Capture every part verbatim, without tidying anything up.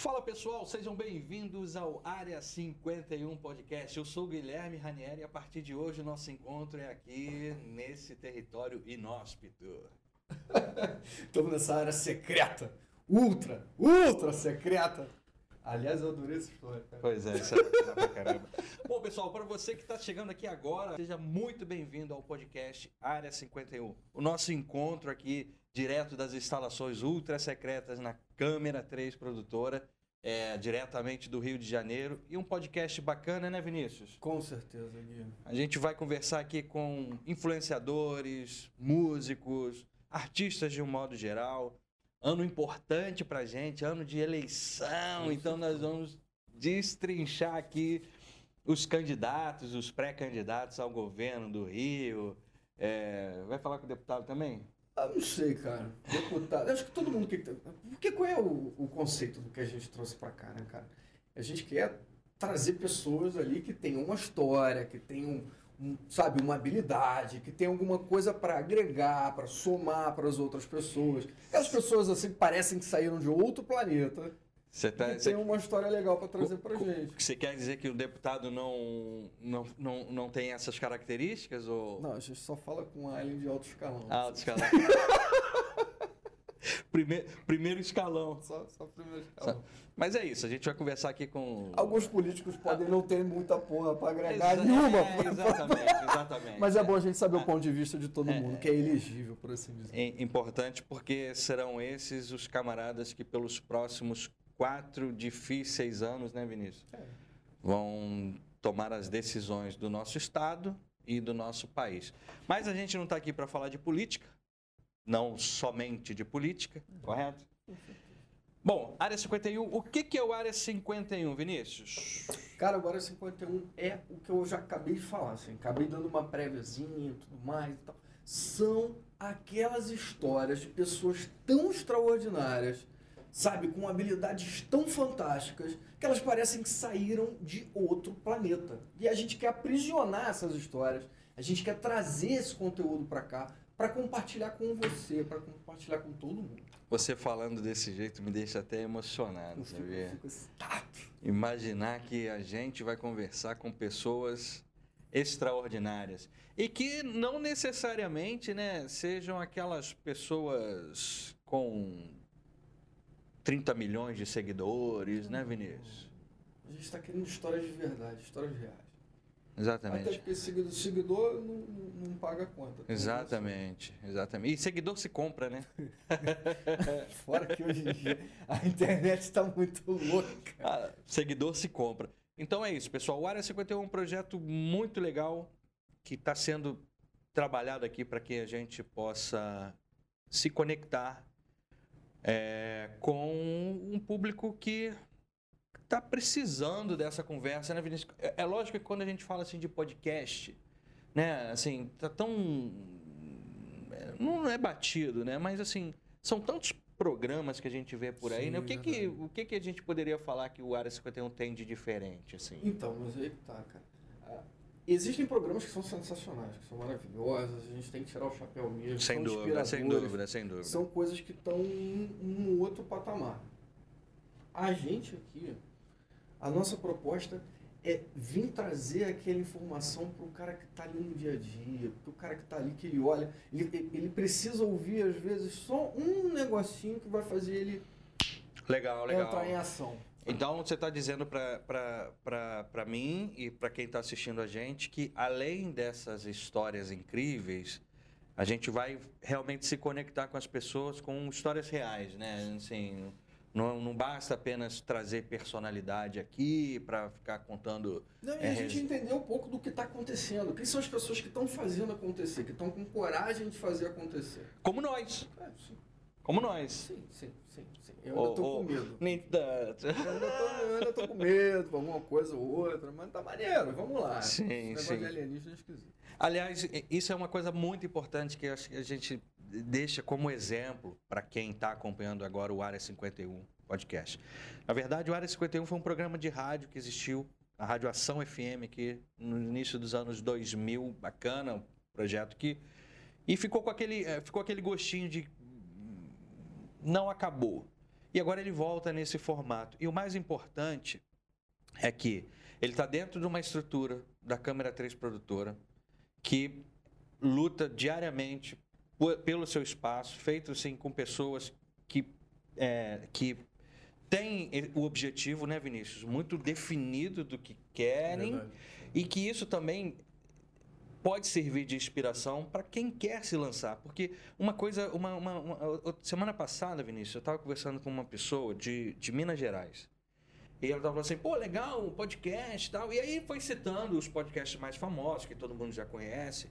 Fala pessoal, sejam bem-vindos ao Área cinquenta e um Podcast. Eu sou o Guilherme Ranieri e a partir de hoje o nosso encontro é aqui nesse território inóspito. Estamos nessa área secreta, ultra, ultra secreta. Aliás, eu adorei essa história, cara. Pois é, isso é legal pra caramba. Bom, pessoal, para você que está chegando aqui agora, seja muito bem-vindo ao podcast Área cinquenta e um. O nosso encontro aqui, direto das instalações ultra secretas na Câmera três Produtora, é, diretamente do Rio de Janeiro. E um podcast bacana, né, Vinícius? Com certeza, Guilherme. A gente vai conversar aqui com influenciadores, músicos, artistas de um modo geral. Ano importante pra gente, ano de eleição, então nós vamos destrinchar aqui os candidatos, os pré-candidatos ao governo do Rio. É, vai falar com o deputado também? Ah, não sei, cara. Deputado, acho que todo mundo que... Porque qual é o, o conceito do que a gente trouxe pra cá, né, cara? A gente quer trazer pessoas ali que tenham uma história, que tenham, um, sabe, uma habilidade, que tenham alguma coisa para agregar, para somar para as outras pessoas. Aquelas pessoas assim que parecem que saíram de outro planeta. Você tá, que você... tem uma história legal para trazer pra gente. Você quer dizer que o deputado não, não, não, não tem essas características? Ou... Não, a gente só fala com a alien de alto escalão. Alto escalão. primeiro, primeiro escalão. Só, só primeiro escalão. Só... Mas é isso, a gente vai conversar aqui com... Alguns políticos podem não ter muita porra para agregar Exa nenhuma. É, exatamente, exatamente. Mas é bom a gente saber o ponto de vista de todo é, mundo, que é elegível, por assim dizer. É importante porque serão esses os camaradas que pelos próximos quatro difíceis anos, né, Vinícius? É. Vão tomar as decisões do nosso Estado e do nosso país. Mas a gente não está aqui para falar de política, não somente de política, uhum. Correto? Uhum. Bom, Área cinquenta e um, o que, que é o Área cinquenta e um, Vinícius? Cara, o Área cinquenta e um é o que eu já acabei de falar, assim, acabei dando uma préviazinha e tudo mais e tal. São aquelas histórias de pessoas tão extraordinárias, sabe, com habilidades tão fantásticas, que elas parecem que saíram de outro planeta. E a gente quer aprisionar essas histórias, a gente quer trazer esse conteúdo para cá, para compartilhar com você, para compartilhar com todo mundo. Você falando desse jeito me deixa até emocionado, sabia? Imaginar que a gente vai conversar com pessoas extraordinárias e que não necessariamente, né, sejam aquelas pessoas com trinta milhões de seguidores, né, Vinícius? A gente está querendo histórias de verdade, histórias reais. Exatamente. Até porque seguidor, seguidor não, não paga conta. Exatamente, exatamente. E seguidor se compra, né? Fora que hoje em dia a internet está muito louca. Ah, seguidor se compra. Então é isso, pessoal. O Área cinquenta e um é um projeto muito legal que está sendo trabalhado aqui para que a gente possa se conectar é, com um público que está precisando dessa conversa, né, Vinícius? É, é lógico que quando a gente fala assim de podcast, né, assim, tá tão... não é batido, né, mas assim, são tantos programas que a gente vê por aí, Sim, né? O que que, o que que a gente poderia falar que o Área cinquenta e um tem de diferente, assim? Então, mas aí que tá, cara. Ah, existem programas que são sensacionais, que são maravilhosos, a gente tem que tirar o chapéu mesmo. Sem dúvida, sem dúvida, sem dúvida. São coisas que estão num outro patamar. A gente aqui, a nossa proposta é vir trazer aquela informação para o cara que está ali no dia a dia, para o cara que está ali, que ele olha, ele, ele precisa ouvir às vezes só um negocinho que vai fazer ele legal, legal. entrar em ação. Então você está dizendo para mim e para quem está assistindo a gente que além dessas histórias incríveis, a gente vai realmente se conectar com as pessoas com histórias reais, né? Assim, Não, não basta apenas trazer personalidade aqui para ficar contando... Não, e a é, gente res... entender um pouco do que está acontecendo. Quem são as pessoas que estão fazendo acontecer, que estão com coragem de fazer acontecer. Como nós. É, sim. Como nós. Sim, sim, sim. sim. Eu ainda estou oh, com medo. Nem tanto. Eu ainda estou com medo para alguma coisa ou outra, mas tá maneiro, vamos lá. Sim, Esse negócio sim. de alienígena é esquisito. Aliás, isso é uma coisa muito importante que eu acho que a gente deixa como exemplo para quem está acompanhando agora o Área cinquenta e um podcast. Na verdade, o Área cinquenta e um foi um programa de rádio que existiu, a Rádio Ação F M aqui no início dos anos dois mil, bacana, um projeto que... E ficou com aquele, ficou aquele gostinho de... Não acabou. E agora ele volta nesse formato. E o mais importante é que ele está dentro de uma estrutura da Câmara três Produtora, que luta diariamente por, pelo seu espaço, feito assim com pessoas que, é, que têm o objetivo, né, Vinícius, muito definido do que querem, é e que isso também pode servir de inspiração para quem quer se lançar. Porque uma coisa, uma, uma, uma semana passada, Vinícius, eu estava conversando com uma pessoa de, de Minas Gerais. E ela estava falando assim, pô, legal, um podcast e tal. E aí foi citando os podcasts mais famosos, que todo mundo já conhece.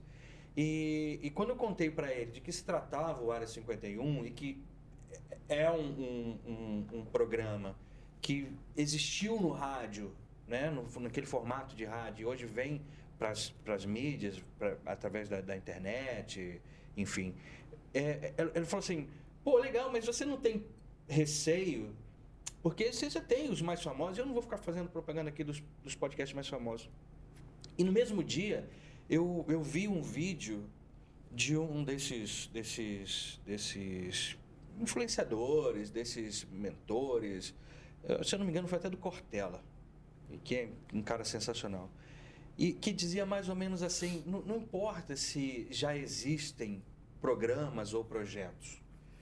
E, e quando eu contei para ele de que se tratava o Área cinquenta e um e que é um, um, um, um programa que existiu no rádio, né, no, naquele formato de rádio, e hoje vem para as mídias, pra, através da, da internet, enfim. É, ele falou assim, pô, legal, mas você não tem receio? Porque você já tem os mais famosos, eu não vou ficar fazendo propaganda aqui dos, dos podcasts mais famosos. E no mesmo dia, eu, eu vi um vídeo de um desses, desses, desses influenciadores, desses mentores, se eu não me engano foi até do Cortella, que é um cara sensacional, e que dizia mais ou menos assim, não, não importa se já existem programas ou projetos,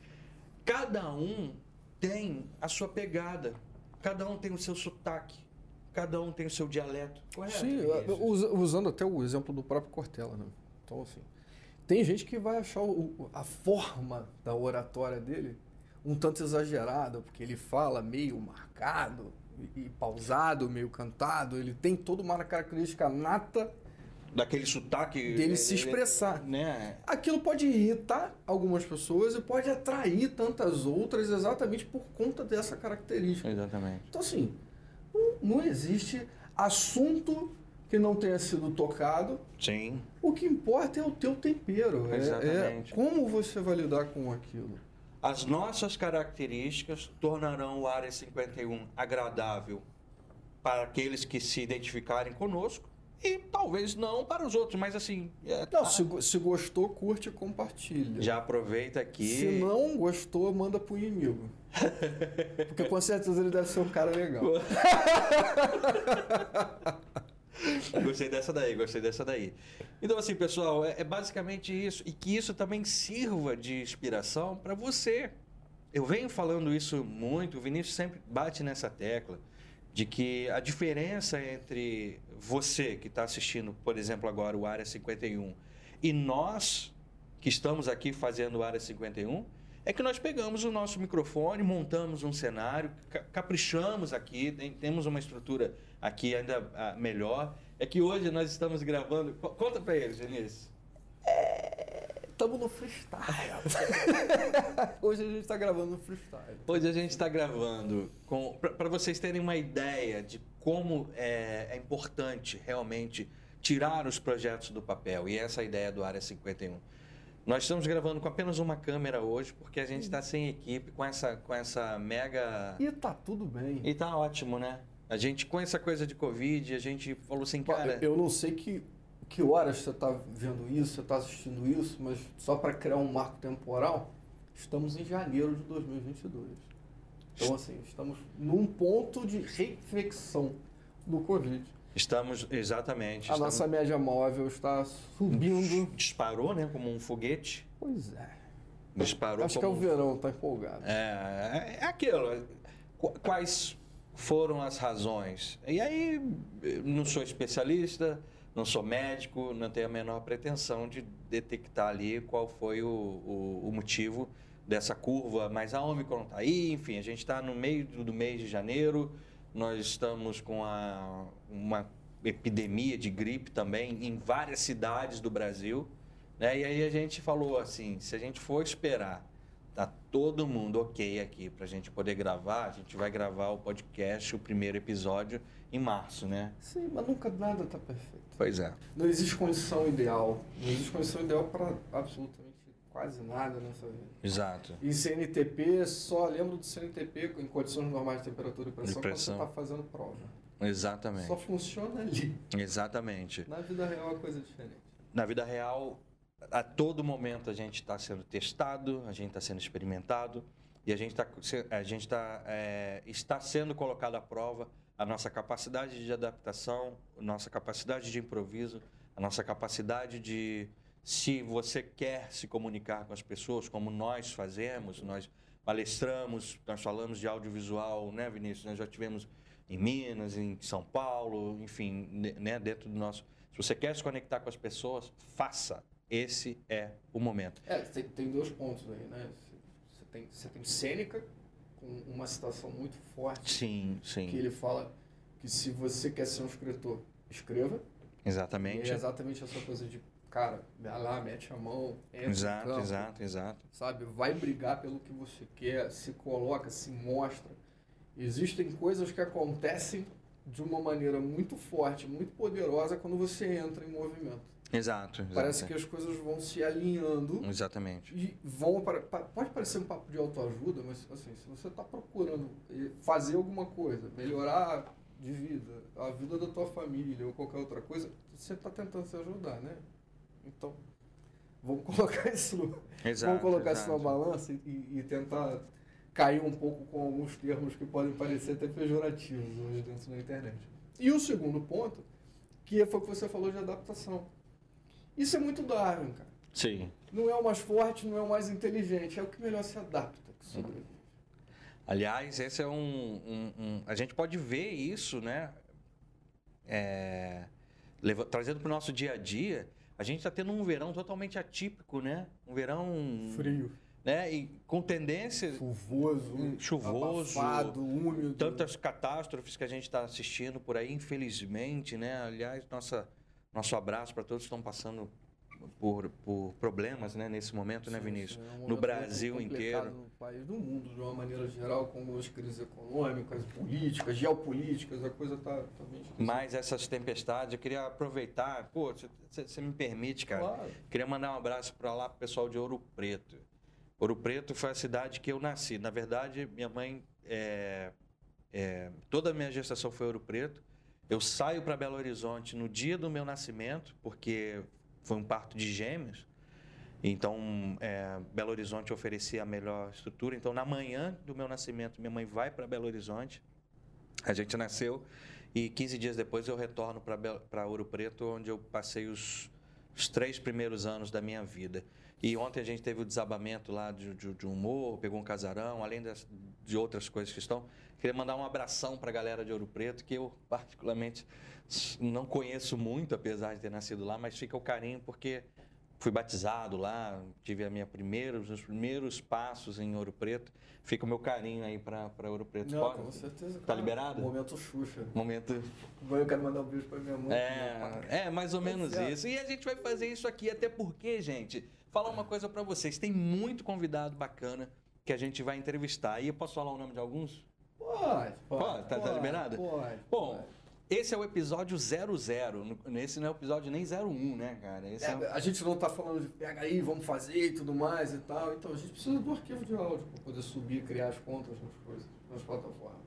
cada um tem a sua pegada, cada um tem o seu sotaque, cada um tem o seu dialeto. Correto? Sim, usando até o exemplo do próprio Cortella, né? Então, assim, tem gente que vai achar o, a forma da oratória dele um tanto exagerada, porque ele fala meio marcado e, e pausado, meio cantado, ele tem toda uma característica nata daquele sotaque dele se expressar, né? Aquilo pode irritar algumas pessoas e pode atrair tantas outras exatamente por conta dessa característica. Exatamente. Então, assim, não, não existe assunto que não tenha sido tocado. Sim. O que importa é o teu tempero. Exatamente. É, é como você vai lidar com aquilo. As nossas características tornarão o Área cinquenta e um agradável para aqueles que se identificarem conosco. E talvez não para os outros, mas assim... É, não, se, se gostou, curte e compartilha. Já aproveita aqui... Se não gostou, manda pro inimigo. Porque com certeza ele deve ser um cara legal. Gostei dessa daí, gostei dessa daí. Então assim, pessoal, é, é basicamente isso. E que isso também sirva de inspiração para você. Eu venho falando isso muito, o Vinícius sempre bate nessa tecla. De que a diferença entre você que está assistindo, por exemplo, agora o Área cinquenta e um, e nós que estamos aqui fazendo o Área cinquenta e um, é que nós pegamos o nosso microfone, montamos um cenário, caprichamos aqui, tem, temos uma estrutura aqui ainda melhor. É que hoje nós estamos gravando... Conta para eles, Vinícius. Estamos no freestyle. Hoje a gente está gravando no freestyle. Hoje a gente está gravando para vocês terem uma ideia de como é, é importante realmente tirar os projetos do papel. E essa é a ideia do Área cinquenta e um. Nós estamos gravando com apenas uma câmera hoje, porque a gente está sem equipe, com essa, com essa mega... E tá tudo bem. E tá ótimo, né? A gente, com essa coisa de Covid, a gente falou assim, cara... Eu não sei que... que horas você está vendo isso, você está assistindo isso, mas só para criar um marco temporal, estamos em janeiro de dois mil e vinte e dois. Então, assim, estamos num ponto de reflexão do Covid. Estamos, exatamente. A estamos... nossa média móvel está subindo. Disparou, né? Como um foguete. Pois é. Disparou. Acho como... que é o verão, está empolgado. É, é aquilo. Quais foram as razões? E aí, não sou especialista... Não sou médico, não tenho a menor pretensão de detectar ali qual foi o, o, o motivo dessa curva, mas a Omicron está aí, enfim, a gente está no meio do mês de janeiro, nós estamos com a, uma epidemia de gripe também em várias cidades do Brasil, né? E aí a gente falou assim, se a gente for esperar, tá todo mundo ok aqui para a gente poder gravar, a gente vai gravar o podcast, o primeiro episódio, em março, né? Sim, mas nunca nada está perfeito. Pois é. Não existe condição ideal. Não existe condição ideal para absolutamente quase nada nessa vida. Exato. E C N T P, só lembro do C N T P em condições normais de temperatura e pressão, de pressão. quando você está fazendo prova. Exatamente. Só funciona ali. Exatamente. Na vida real é coisa diferente. Na vida real, a todo momento a gente está sendo testado, a gente está sendo experimentado. e a gente, tá, a gente tá, é, está sendo colocado à prova a nossa capacidade de adaptação, a nossa capacidade de improviso, a nossa capacidade de, se você quer se comunicar com as pessoas, como nós fazemos, nós palestramos, nós falamos de audiovisual, né, Vinícius? Nós já tivemos em Minas, em São Paulo, enfim, né, dentro do nosso... Se você quer se conectar com as pessoas, faça. Esse é o momento. É, tem, tem dois pontos aí, né? Você tem, você tem Sêneca, com uma citação muito forte. Sim, sim. Que ele fala que se você quer ser um escritor, escreva. Exatamente. E é exatamente essa coisa de, cara, vai lá, mete a mão, entra Exato, no campo, exato, exato. sabe? Vai brigar pelo que você quer, se coloca, se mostra. Existem coisas que acontecem de uma maneira muito forte, muito poderosa quando você entra em movimento. Exato, exato. Parece que as coisas vão se alinhando. Exatamente. E vão para, pode parecer um papo de autoajuda, mas assim, se você está procurando fazer alguma coisa, melhorar de vida, a vida da tua família ou qualquer outra coisa, você está tentando se ajudar, né? Então, vamos colocar isso, exato, vamos colocar exato. isso na balança e, e tentar cair um pouco com alguns termos que podem parecer até pejorativos hoje dentro da internet. E o segundo ponto, que foi o que você falou de adaptação. Isso é muito Darwin, cara. Sim. Não é o mais forte, não é o mais inteligente, é o que melhor se adapta, que sobrevive. Aliás, esse é um, um, um... A gente pode ver isso, né? É, leva, trazendo para o nosso dia a dia, a gente está tendo um verão totalmente atípico, né? Um verão... Frio. Né? E com tendência... Chuvoso. Chuvoso. Abafado, úmido. Tantas catástrofes que a gente está assistindo por aí, infelizmente, né? Aliás, nossa... Nosso abraço para todos que estão passando por, por problemas, né, nesse momento, sim, né, Vinícius? Sim, é um momento no Brasil inteiro. No país, no mundo, de uma maneira geral, com as crises econômicas, políticas, geopolíticas, a coisa está tá bem difícil. Mas essas tempestades, eu queria aproveitar, pô, você me permite, cara? Claro. Queria mandar um abraço para lá, para o pessoal de Ouro Preto. Ouro Preto foi a cidade que eu nasci. Na verdade, minha mãe, é, é, toda a minha gestação foi Ouro Preto. Eu saio para Belo Horizonte no dia do meu nascimento, porque foi um parto de gêmeos. Então, é, Belo Horizonte oferecia a melhor estrutura. Então, na manhã do meu nascimento, minha mãe vai para Belo Horizonte. A gente nasceu e quinze dias depois eu retorno para Ouro Preto, onde eu passei os, os três primeiros anos da minha vida. E ontem a gente teve o desabamento lá de, de, de um morro, pegou um casarão, além das, de outras coisas que estão. Queria mandar um abração para a galera de Ouro Preto, que eu particularmente não conheço muito, apesar de ter nascido lá, mas fica o carinho porque fui batizado lá, tive a minha primeira, os meus primeiros passos em Ouro Preto. Fica o meu carinho aí para Ouro Preto. Não, Pode? Com certeza. Tá cara. liberado? Momento Xuxa. Momento... Eu quero mandar um beijo para minha mãe. É, é mais ou menos é isso. E a gente vai fazer isso aqui, até porque, gente, falar uma coisa para vocês, tem muito convidado bacana que a gente vai entrevistar. E eu posso falar o nome de alguns? Pode, pode. Pode? Tá, pode, tá liberado? Pode. Bom, pode. Esse é o episódio zero zero. Esse não é o episódio nem zero um, né, cara? Esse é, é um... A gente não tá falando de pega aí, vamos fazer e tudo mais e tal. Então a gente precisa do arquivo de áudio para poder subir, criar as contas nas coisas, nas plataformas.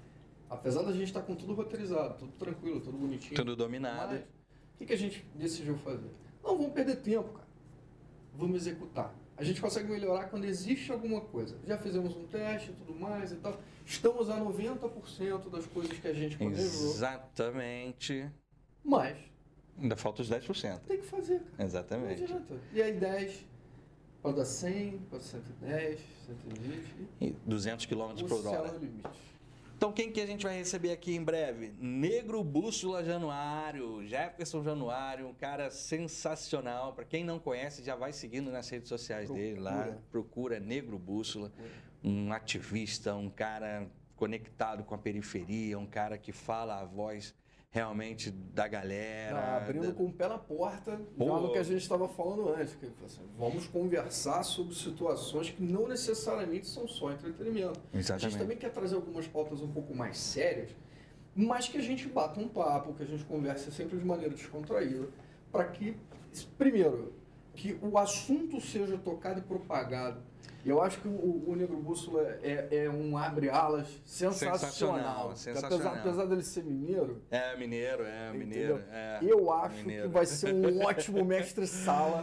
Apesar da gente estar tá com tudo roteirizado, tudo tranquilo, tudo bonitinho. Tudo dominado. Mas, o que, que a gente decidiu fazer? Não vamos perder tempo, cara. Vamos executar. A gente consegue melhorar quando existe alguma coisa. Já fizemos um teste e tudo mais e tal. Estamos a noventa por cento das coisas que a gente planejou. Exatamente. Mas... ainda falta os dez por cento. Tem que fazer, cara. Exatamente. Não adianta. E aí dez, pode dar cem, pode cento e dez, cento e vinte. E duzentos quilômetros por hora. O céu é o limite. Então, quem que a gente vai receber aqui em breve? Negro Bússola Januário, Jefferson Januário, um cara sensacional. Para quem não conhece, já vai seguindo nas redes sociais procura. dele lá. Procura Negro Bússola, procura. Um ativista, um cara conectado com a periferia, um cara que fala a voz realmente da galera. Não, abrindo da... com o pé na porta, já no que a gente estava falando antes. Que, assim, vamos conversar sobre situações que não necessariamente são só entretenimento. Exatamente. A gente também quer trazer algumas pautas um pouco mais sérias, mas que a gente bata um papo, que a gente converse sempre de maneira descontraída, para que, primeiro, que o assunto seja tocado e propagado. E eu acho que o, o Negro Bússola é, é um abre-alas sensacional. Sensacional, sensacional. Apesar, apesar dele ser mineiro... É, mineiro, é, mineiro. É, eu acho mineiro. que vai ser um ótimo mestre-sala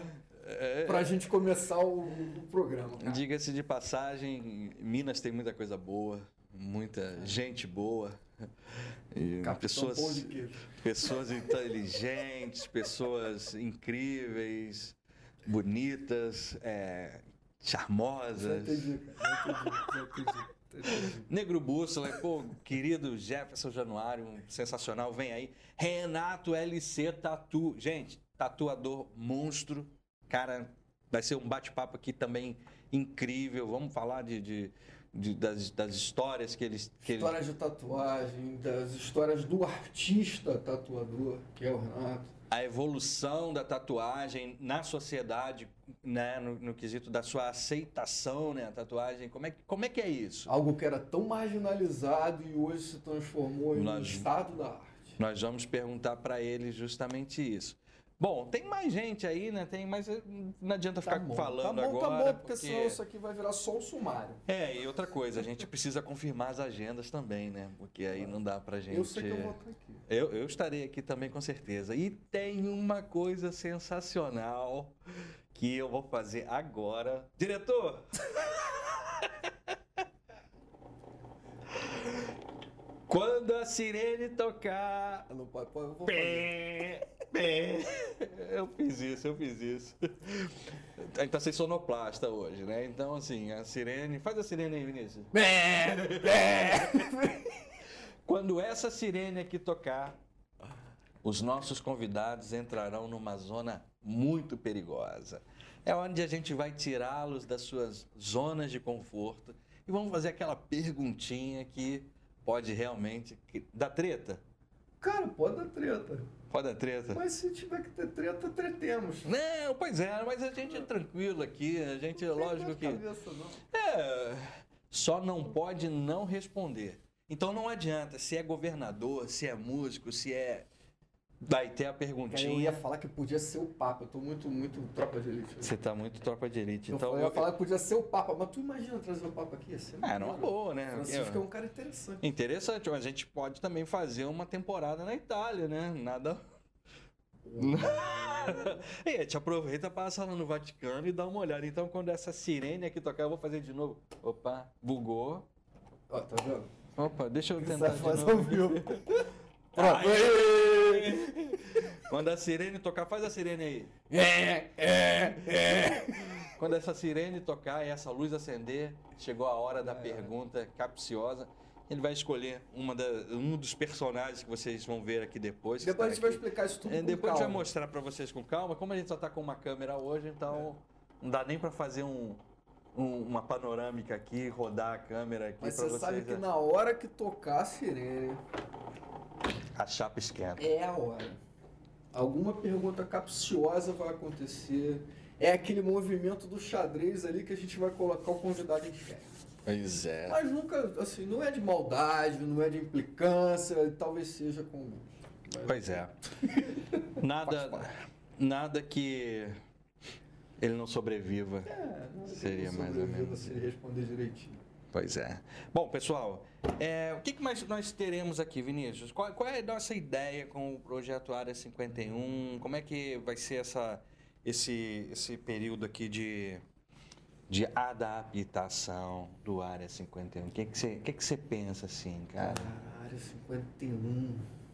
para a gente começar o, o programa. Diga-se de passagem, Minas tem muita coisa boa, muita é. gente boa. E pessoas, pão de queijo. pessoas inteligentes, pessoas incríveis, bonitas, é, charmosas. Já entendi, cara. Já entendi, já entendi. Negro Bússola, pô, querido Jefferson Januário, um sensacional, vem aí. Renato L C Tatu, gente, tatuador monstro, cara, vai ser um bate-papo aqui também incrível. Vamos falar de, de, de das, das histórias que eles... Que histórias eles... de tatuagem, das histórias do artista tatuador, que é o Renato. A evolução da tatuagem na sociedade, né, no, no quesito da sua aceitação, né, a tatuagem, como é, como é que é isso? Algo que era tão marginalizado e hoje se transformou em nós, um estado da arte. Nós vamos perguntar para ele justamente isso. Bom, tem mais gente aí, né? Tem, mas não adianta ficar tá bom, falando tá bom, agora. Tá bom, porque, porque senão isso aqui vai virar só um sumário. É, e outra coisa, a gente precisa confirmar as agendas também, né? Porque aí não dá pra gente... Eu sei que eu vou estar aqui. Eu, eu estarei aqui também, com certeza. E tem uma coisa sensacional que eu vou fazer agora. Diretor! Quando a sirene tocar... Eu não pode, pode, eu vou fazer. Eu fiz isso, eu fiz isso. A gente tá sem sonoplasta hoje, né? Então, assim, a sirene... Faz a sirene aí, Vinícius. Quando essa sirene aqui tocar, os nossos convidados entrarão numa zona muito perigosa. É onde a gente vai tirá-los das suas zonas de conforto e vamos fazer aquela perguntinha que pode realmente dar treta. Cara, pode dar treta. Pode dar treta. Mas se tiver que ter treta, tretemos. Não, pois é, mas a gente é tranquilo aqui, a gente, é lógico que... Cabeça, não. É, só não pode não responder. Então não adianta, se é governador, se é músico, se é... Vai ter a perguntinha. Eu ia falar que podia ser o Papa, eu tô muito, muito tropa de elite. Você tá muito tropa de elite. Eu, então eu ia falar que podia ser o Papa, mas tu imagina trazer o Papa aqui? Ia ser é, era uma boa, né? Francisco é um cara interessante. Interessante, mas a gente pode também fazer uma temporada na Itália, né? Nada... E a gente aproveita, passa lá no Vaticano e dá uma olhada. Então, quando essa sirene aqui tocar, eu vou fazer de novo. Opa, bugou. Ó, tá vendo? Opa, deixa eu tentar de fazer novo. Um vivo. Pronto. Quando a sirene tocar, faz a sirene aí. É, é, é. Quando essa sirene tocar e essa luz acender, chegou a hora da é. pergunta capciosa. Ele vai escolher uma da, um dos personagens que vocês vão ver aqui depois. Depois tá a gente vai explicar isso tudo é, com Depois calma. a gente vai mostrar para vocês com calma. Como a gente só está com uma câmera hoje, então é. não dá nem para fazer um, um, uma panorâmica aqui, rodar a câmera aqui para vocês. Mas você sabe que é. na hora que tocar a sirene... A chapa esquenta. É a hora. Alguma pergunta capciosa vai acontecer. É aquele movimento do xadrez ali que a gente vai colocar o convidado em xeque. Pois é. Mas nunca, assim, não é de maldade, não é de implicância, talvez seja com... Mas... Pois é. Nada, nada que ele não sobreviva. É, nada seria que mais ou menos. Se responder direitinho. Pois é. Bom, pessoal, é, o que, que mais nós teremos aqui, Vinícius? Qual, qual é a nossa ideia com o projeto Área cinquenta e um? Como é que vai ser essa, esse, esse período aqui de... de adaptação do Área cinquenta e um. O que que você, que que você pensa assim, cara? Ah, Área cinquenta e um...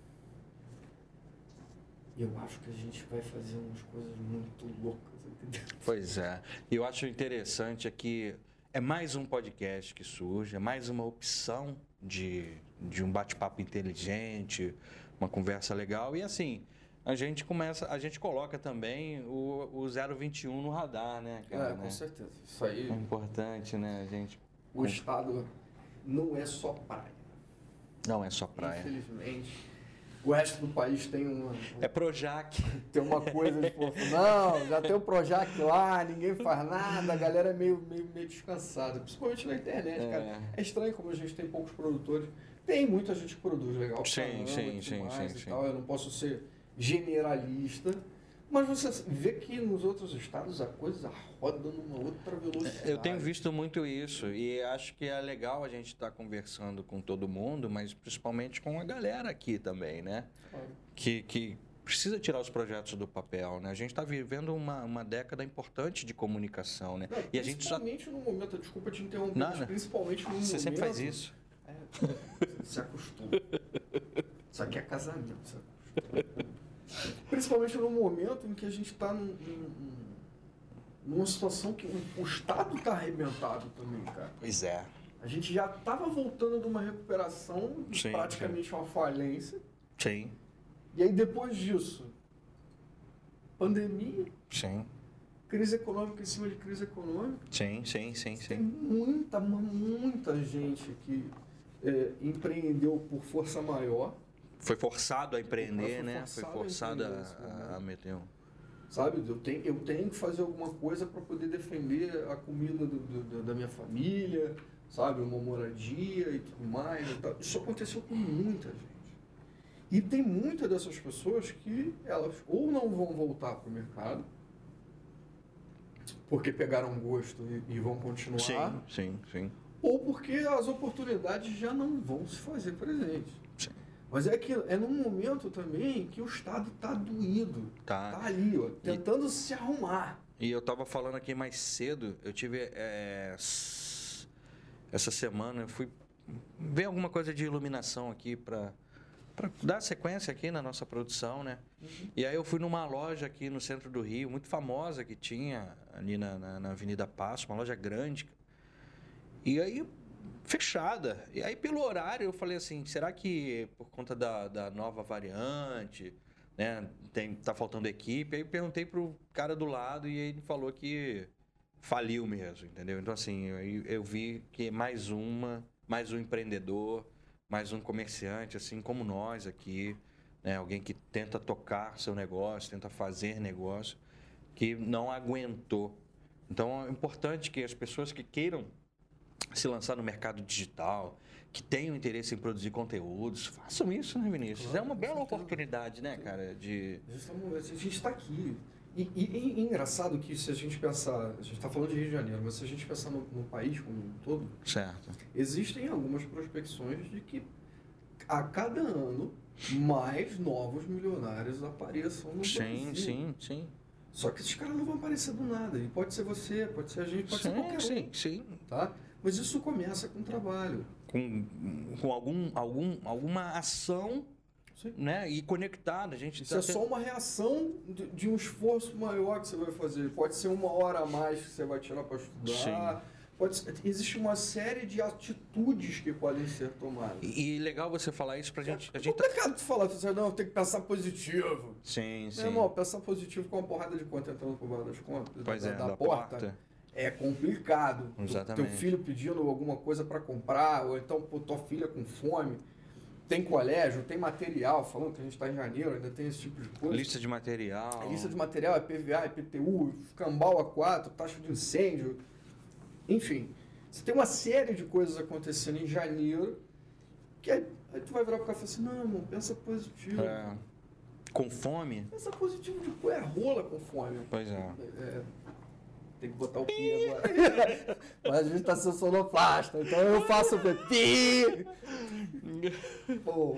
Eu acho que a gente vai fazer umas coisas muito loucas, entendeu? Pois é. E eu acho interessante aqui, é mais um podcast que surge, é mais uma opção de, de um bate-papo inteligente, uma conversa legal. E assim... A gente começa, a gente coloca também o, o zero vinte e um no radar, né, cara? É, com né? certeza. Isso aí. É importante, né, a gente? O estado não é só praia. Não é só praia. Infelizmente. O resto do país tem uma. É Projac. Tem uma coisa de pô, não, já tem o Projac lá, ninguém faz nada, a galera é meio, meio, meio descansada, principalmente na internet, é. cara. É estranho como a gente tem poucos produtores. Tem muita gente que produz legal. Sim, caramba, sim, sim, sim, e sim. tal. Eu não posso ser generalista, mas você vê que nos outros estados a coisa roda numa outra velocidade. Eu tenho visto muito isso e acho que é legal a gente estar tá conversando com todo mundo, mas principalmente com a galera aqui também, né? Claro. Que, que precisa tirar os projetos do papel, né? A gente está vivendo uma, uma década importante de comunicação, né? Não, e a gente já... Principalmente no momento, desculpa te interromper, Não, mas principalmente no Você momento... Você sempre faz isso. É, se acostuma. Isso aqui é casamento, se acostuma. Principalmente no momento em que a gente está num, num, numa situação que o, o Estado está arrebentado também, cara. Pois é. A gente já estava voltando de uma recuperação de Sim, praticamente sim. uma falência. Sim. E aí depois disso, pandemia, Sim. crise econômica em cima de crise econômica. Sim, sim, sim, Tem sim. muita, muita gente que é, empreendeu por força maior. Foi forçado a empreender, Foi né? Foi forçado a forçado empreender nesse a, a, momento. a meter um... Sabe, eu tenho, eu tenho que fazer alguma coisa para poder defender a comida do, do, da minha família, sabe, uma moradia e tudo mais. E tal. Isso aconteceu com muita gente. E tem muitas dessas pessoas que elas ou não vão voltar para o mercado, porque pegaram gosto e, e vão continuar, Sim, sim, sim. ou porque as oportunidades já não vão se fazer presentes. Sim. Mas é que é num momento também que o Estado está doído, Tá. tá ali, ó, tentando se arrumar. E eu estava falando aqui mais cedo, eu tive é, s- essa semana, eu fui ver alguma coisa de iluminação aqui para dar sequência aqui na nossa produção, né? Uhum. E aí eu fui numa loja aqui no centro do Rio, muito famosa que tinha ali na, na, na Avenida Passo, uma loja grande. E aí, fechada. E aí, pelo horário, eu falei assim, será que por conta da, da nova variante, né, tem, tá faltando equipe? Aí eu perguntei pro cara do lado e ele falou que faliu mesmo, entendeu? Então, assim, eu, eu vi que mais uma, mais um empreendedor, mais um comerciante, assim como nós aqui, né, alguém que tenta tocar seu negócio, tenta fazer negócio, que não aguentou. Então, é importante que as pessoas que queiram se lançar no mercado digital, que tenham interesse em produzir conteúdos, façam isso, né, Vinícius? Claro, é uma com bela certeza. oportunidade, né, cara, de... A gente está aqui. E, e, e é engraçado que se a gente pensar, a gente está falando de Rio de Janeiro, mas se a gente pensar no, no país como um todo, Certo. existem algumas prospecções de que a cada ano mais novos milionários apareçam no Sim, Brasil. sim, sim. Só que esses caras não vão aparecer do nada. E pode ser você, pode ser a gente, pode ser qualquer Sim, um. sim, sim. Tá? Mas isso começa com trabalho. Com, com algum, algum, alguma ação, Sim. né, e conectada. A gente Isso tá é só uma reação de, de um esforço maior que você vai fazer. Pode ser uma hora a mais que você vai tirar para estudar. Sim. Pode ser, existe uma série de atitudes que podem ser tomadas. E, e legal você falar isso pra gente... A É gente tá... complicado tu falar, você não, tem que pensar positivo. Sim, sim. Meu irmão, pensar positivo com uma porrada de conta entrando por baixo das contas, Pois da, é, da da porta, porta. é complicado. Exatamente. Teu filho pedindo alguma coisa para comprar, ou então pô, tua filha com fome. Tem colégio, tem material, falando que a gente está em janeiro, ainda tem esse tipo de coisa. Lista de material. A lista de material é P V A, é P T U, cambau A quatro, taxa de incêndio. Enfim, você tem uma série de coisas acontecendo em janeiro que aí, aí tu vai virar pro cara e falar assim, não, irmão, pensa positivo. É, com fome? Pensa positivo de pôr é rola com fome. Pois é. É, tem que botar o pi agora. Mas a gente tá sendo sonoplasta, então eu faço o pi. Pô,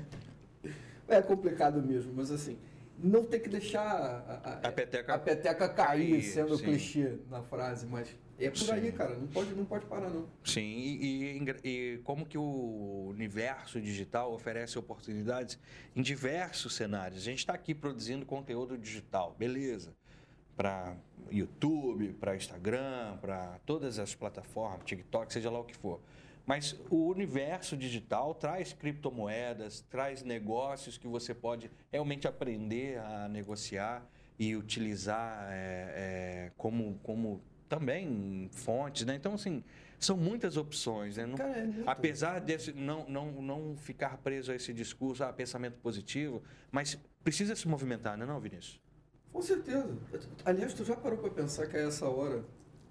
é complicado mesmo, mas assim, não tem que deixar a, a, A peteca a peteca cair, cair, sendo sim. clichê na frase, mas é por Sim. aí, cara, não pode, não pode parar não. Sim, e, e, e como que o universo digital oferece oportunidades em diversos cenários. A gente está aqui produzindo conteúdo digital, beleza. Para YouTube, para Instagram, para todas as plataformas, TikTok, seja lá o que for. Mas o universo digital traz criptomoedas, traz negócios que você pode realmente aprender a negociar e utilizar é, é, como, como também fontes, né? Então, assim, são muitas opções, né? Não, Cara, é muito- apesar de não, não, não ficar preso a esse discurso, ah, pensamento positivo, mas precisa se movimentar, né, não, Vinícius? Com certeza. Aliás, tu já parou para pensar que a essa hora,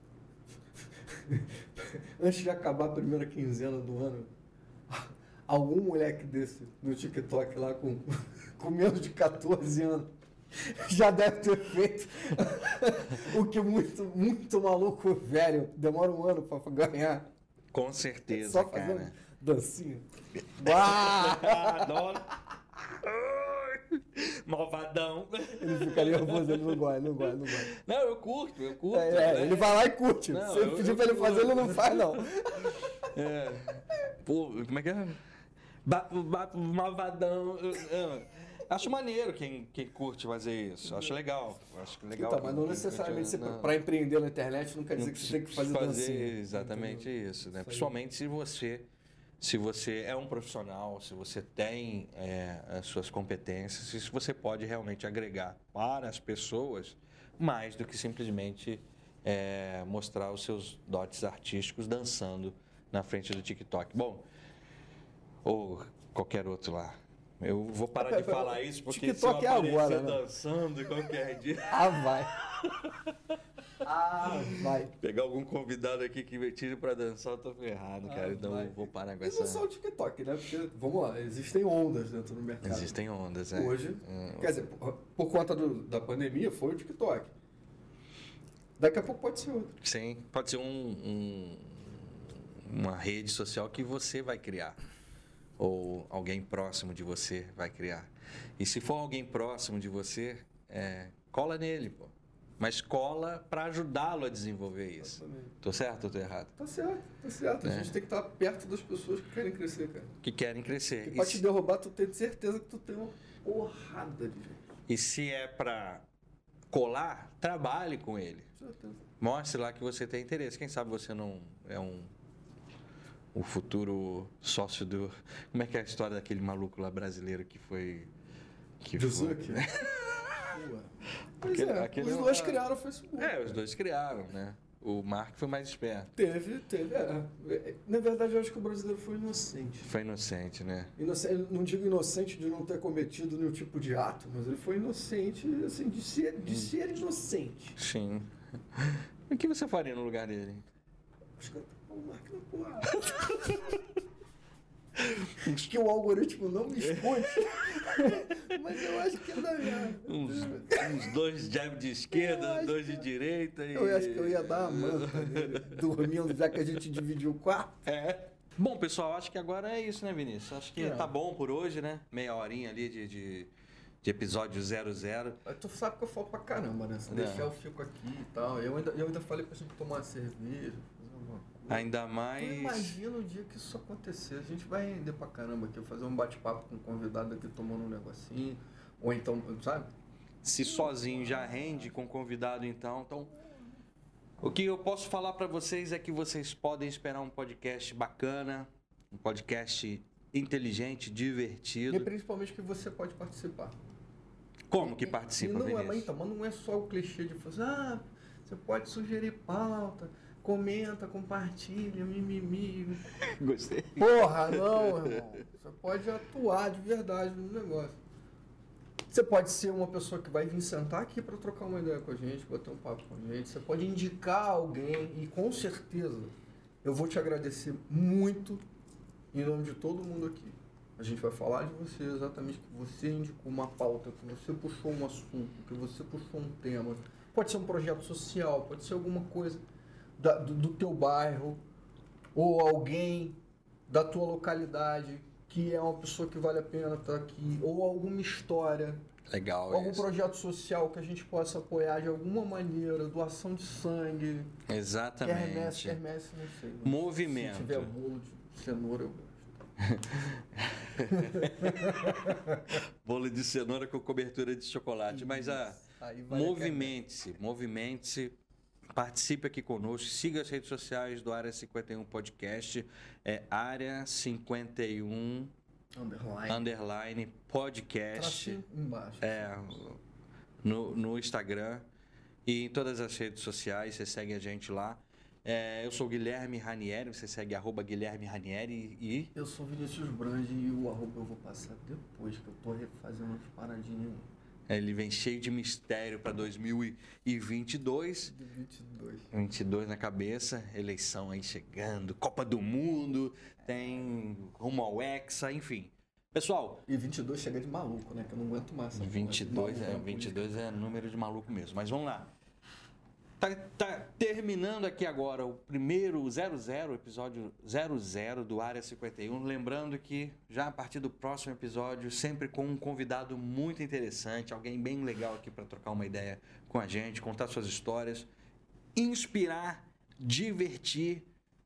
antes de acabar a primeira quinzena do ano, algum moleque desse no TikTok lá com, com menos de quatorze anos já deve ter feito o que muito, muito maluco velho demora um ano para ganhar. Com certeza, Só fazendo cara. dancinha. Bah! Adoro. Malvadão. Ele fica nervoso, ele não gosta, não gosta, não gosta. Não, eu curto, eu curto. É, é, né? ele vai lá e curte. Não, Se eu- eu pedir eu pra ele curto. fazer, ele não faz, não. É. Pô, como é que é? Ba- ba- Malvadão. Eu- eu- Acho maneiro quem, quem curte fazer isso. Acho legal. Acho que legal. Então, mas não quem necessariamente curte, você, não. para empreender na internet não quer dizer que você tem que fazer, dancinha. exatamente Entendeu? isso, né? Isso aí. Principalmente se você se você é um profissional, se você tem é, as suas competências, se você pode realmente agregar para as pessoas mais do que simplesmente é, mostrar os seus dotes artísticos dançando na frente do TikTok. Bom, ou qualquer outro lá. Eu vou parar de Pera, pera, falar isso porque TikTok se eu é aparecer agora, né? dançando qualquer dia... Ah, vai. Ah, vai. Pegar algum convidado aqui que me tire pra dançar, eu tô ferrado, cara. Ah, então vai. eu vou parar com E não essa. só o TikTok, né? Porque, vamos lá, existem ondas dentro do mercado. Existem ondas, é. Hoje, Hum. quer dizer, por, por conta do- da pandemia, foi o TikTok. Daqui a pouco pode ser outro. Sim, pode ser um, um- uma rede social que você vai criar. Ou alguém próximo de você vai criar. E se for alguém próximo de você, é, cola nele, pô. Mas cola para ajudá-lo a desenvolver isso. Exatamente. Tô certo ou tô errado? Tá certo, tá certo. A É. gente tem que estar perto das pessoas que querem crescer, cara. Que querem crescer. E E pra te se- derrubar, tu tem certeza que tu tem uma porrada de gente. E se é para colar, trabalhe com ele. Com certeza. Mostre lá que você tem interesse. Quem sabe você não é um o futuro sócio do. Como é que é a história daquele maluco lá brasileiro que foi. Que Do foi... Zuck? Ué. Pois Aquele- é, aquele os não dois é- criaram o Facebook. É, os dois criaram, né? O Mark foi mais esperto. Teve, teve. É. Na verdade, eu acho que o brasileiro foi inocente. Foi inocente, né? Inocente, não digo inocente de não ter cometido nenhum tipo de ato, mas ele foi inocente, assim, de ser, de ser inocente. Sim. O que você faria no lugar dele? Acho que eu tô uma máquina porra. Acho que o algoritmo não me esconde. Mas eu acho que é da minha. Uns, uns dois jab de Eu esquerda, acho dois que- de direita e. Eu acho que eu ia dar a manta nele, dormindo, já que a gente dividiu o quarto. É. Bom, pessoal, acho que agora é isso, né, Vinícius? Acho que É. tá bom por hoje, né? Meia horinha ali de, de, de episódio zero zero. Mas tu sabe que eu falo pra caramba, né? Se Não. deixar eu fico aqui e tal. Eu ainda, eu ainda falei pra gente tomar uma cerveja, fazer alguma coisa. Ainda Eu mais. imagino o dia que isso acontecer. A gente vai render pra caramba aqui, fazer um bate-papo com um convidado aqui tomando um negocinho. Ou então, sabe? Se sozinho já rende, com convidado então. Então, o que eu posso falar para vocês é que vocês podem esperar um podcast bacana, um podcast inteligente, E divertido. principalmente que você pode participar. Como que E- participa, e não é, mas Vinícius? então, mas não é só o clichê de fazer, ah, você pode sugerir pauta, comenta, compartilha, mimimi. Gostei. Porra, não, irmão. Você pode atuar de verdade no negócio. Você pode ser uma pessoa que vai vir sentar aqui para trocar uma ideia com a gente, bater um papo com a gente. Você pode indicar alguém e com certeza eu vou te agradecer muito em nome de todo mundo aqui. A gente vai falar de você exatamente que você indicou uma pauta, que você puxou um assunto, que você puxou um tema. Pode ser um projeto social, pode ser alguma coisa da- do, do teu bairro ou alguém da tua localidade que é uma pessoa que vale a pena estar aqui, ou alguma história, Legal algum isso. projeto social que a gente possa apoiar de alguma maneira, doação de sangue, Exatamente. quermesse, quermesse, não sei. né? Movimento. Se tiver bolo de cenoura, eu gosto. Bolo de cenoura com cobertura de chocolate. Mas a Aí vale a movimente-se, movimente-se. Participe aqui conosco, siga as redes sociais do Área cinquenta e um Podcast, é Área cinquenta e um quermesse. Underline. underline podcast, Tracinho embaixo. é, no, no Instagram e em todas as redes sociais, você segue a gente lá. É, eu sou o Guilherme Ranieri, você segue arroba Guilherme Ranieri e... Eu sou Vinícius Brandi e o arroba eu vou passar depois que eu tô refazendo umas paradinhas Ele vem cheio de mistério para dois mil e vinte e dois. de vinte e dois. vinte e dois na cabeça, eleição aí chegando, Copa do Mundo, tem rumo ao Hexa, enfim. Pessoal, E vinte e dois chega de maluco, né? Que eu não aguento mais. essa porra de vinte e dois, maluco é, na vinte e política. dois é número de maluco mesmo, mas vamos lá. Tá, tá terminando aqui agora o primeiro zero zero, episódio zero zero do Área cinquenta e um. Lembrando que já a partir do próximo episódio, sempre com um convidado muito interessante, alguém bem legal aqui para trocar uma ideia com a gente, contar suas histórias, inspirar, divertir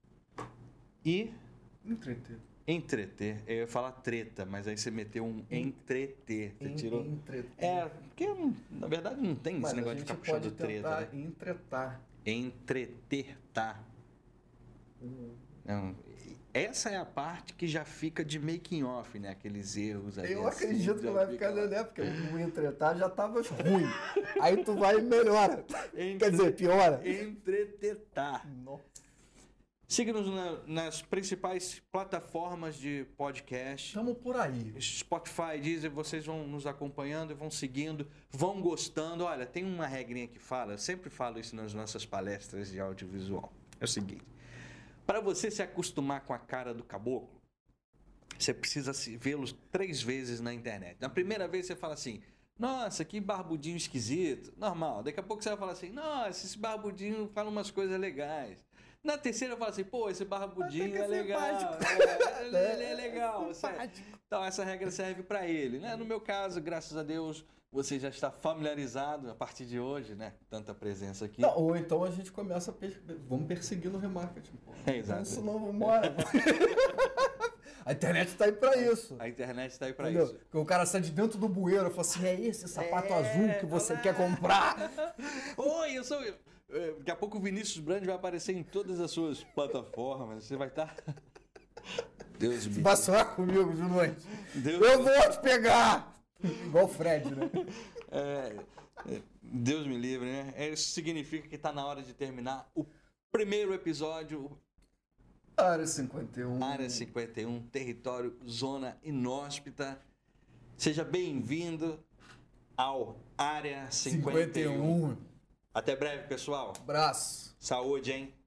e... Entreter. Entreter. Eu ia falar treta, mas aí você meteu um entreter. Você En, tirou... Entreter. É, porque na verdade não tem mas esse negócio de ficar puxando treta. Né? Entretar. Entreter, tá? Uhum. Não, essa é a parte que já fica de making off, né? Aqueles erros ali. Eu assim, acredito que vai ficar, lá. né? Porque o entretar já tava ruim. Aí tu vai e melhora. Entre... Quer dizer, piora. Entretetar. Nossa. Siga-nos na, nas principais plataformas de podcast. Estamos por aí. Spotify, Deezer, vocês vão nos acompanhando e vão seguindo, vão gostando. Olha, tem uma regrinha que fala, eu sempre falo isso nas nossas palestras de audiovisual. É o seguinte, para você se acostumar com a cara do caboclo, você precisa vê-los três vezes na internet. Na primeira vez você fala assim, nossa, que barbudinho esquisito. Normal. Daqui a pouco você vai falar assim, nossa, esse barbudinho fala umas coisas legais. Na terceira eu falo assim, pô, esse barbudinho é legal, é, ele, ele é legal. É então essa regra serve para ele, né? No meu caso, graças a Deus, você já está familiarizado a partir de hoje, né? Tanta presença aqui. Não, ou então a gente começa a per... vamos perseguir no remarketing. Pô. É, exato. Isso não, vamos embora. A internet está aí para isso. A internet está aí para isso. Porque o cara sai de dentro do bueiro e fala assim, é esse sapato é, azul que você olá. quer comprar? Oi, eu sou... Daqui a pouco o Vinícius Brand vai aparecer em todas as suas plataformas. Você vai estar... Deus me... Vai sonhar comigo de noite. Deus eu vou te pegar! Igual o Fred, né? É, Deus me livre, né? Isso significa que está na hora de terminar o primeiro episódio. Área cinquenta e um. Área cinquenta e um, território, zona inóspita. Seja bem-vindo ao Área cinquenta e um. cinquenta e um. Até breve, pessoal. Abraço. Saúde, hein?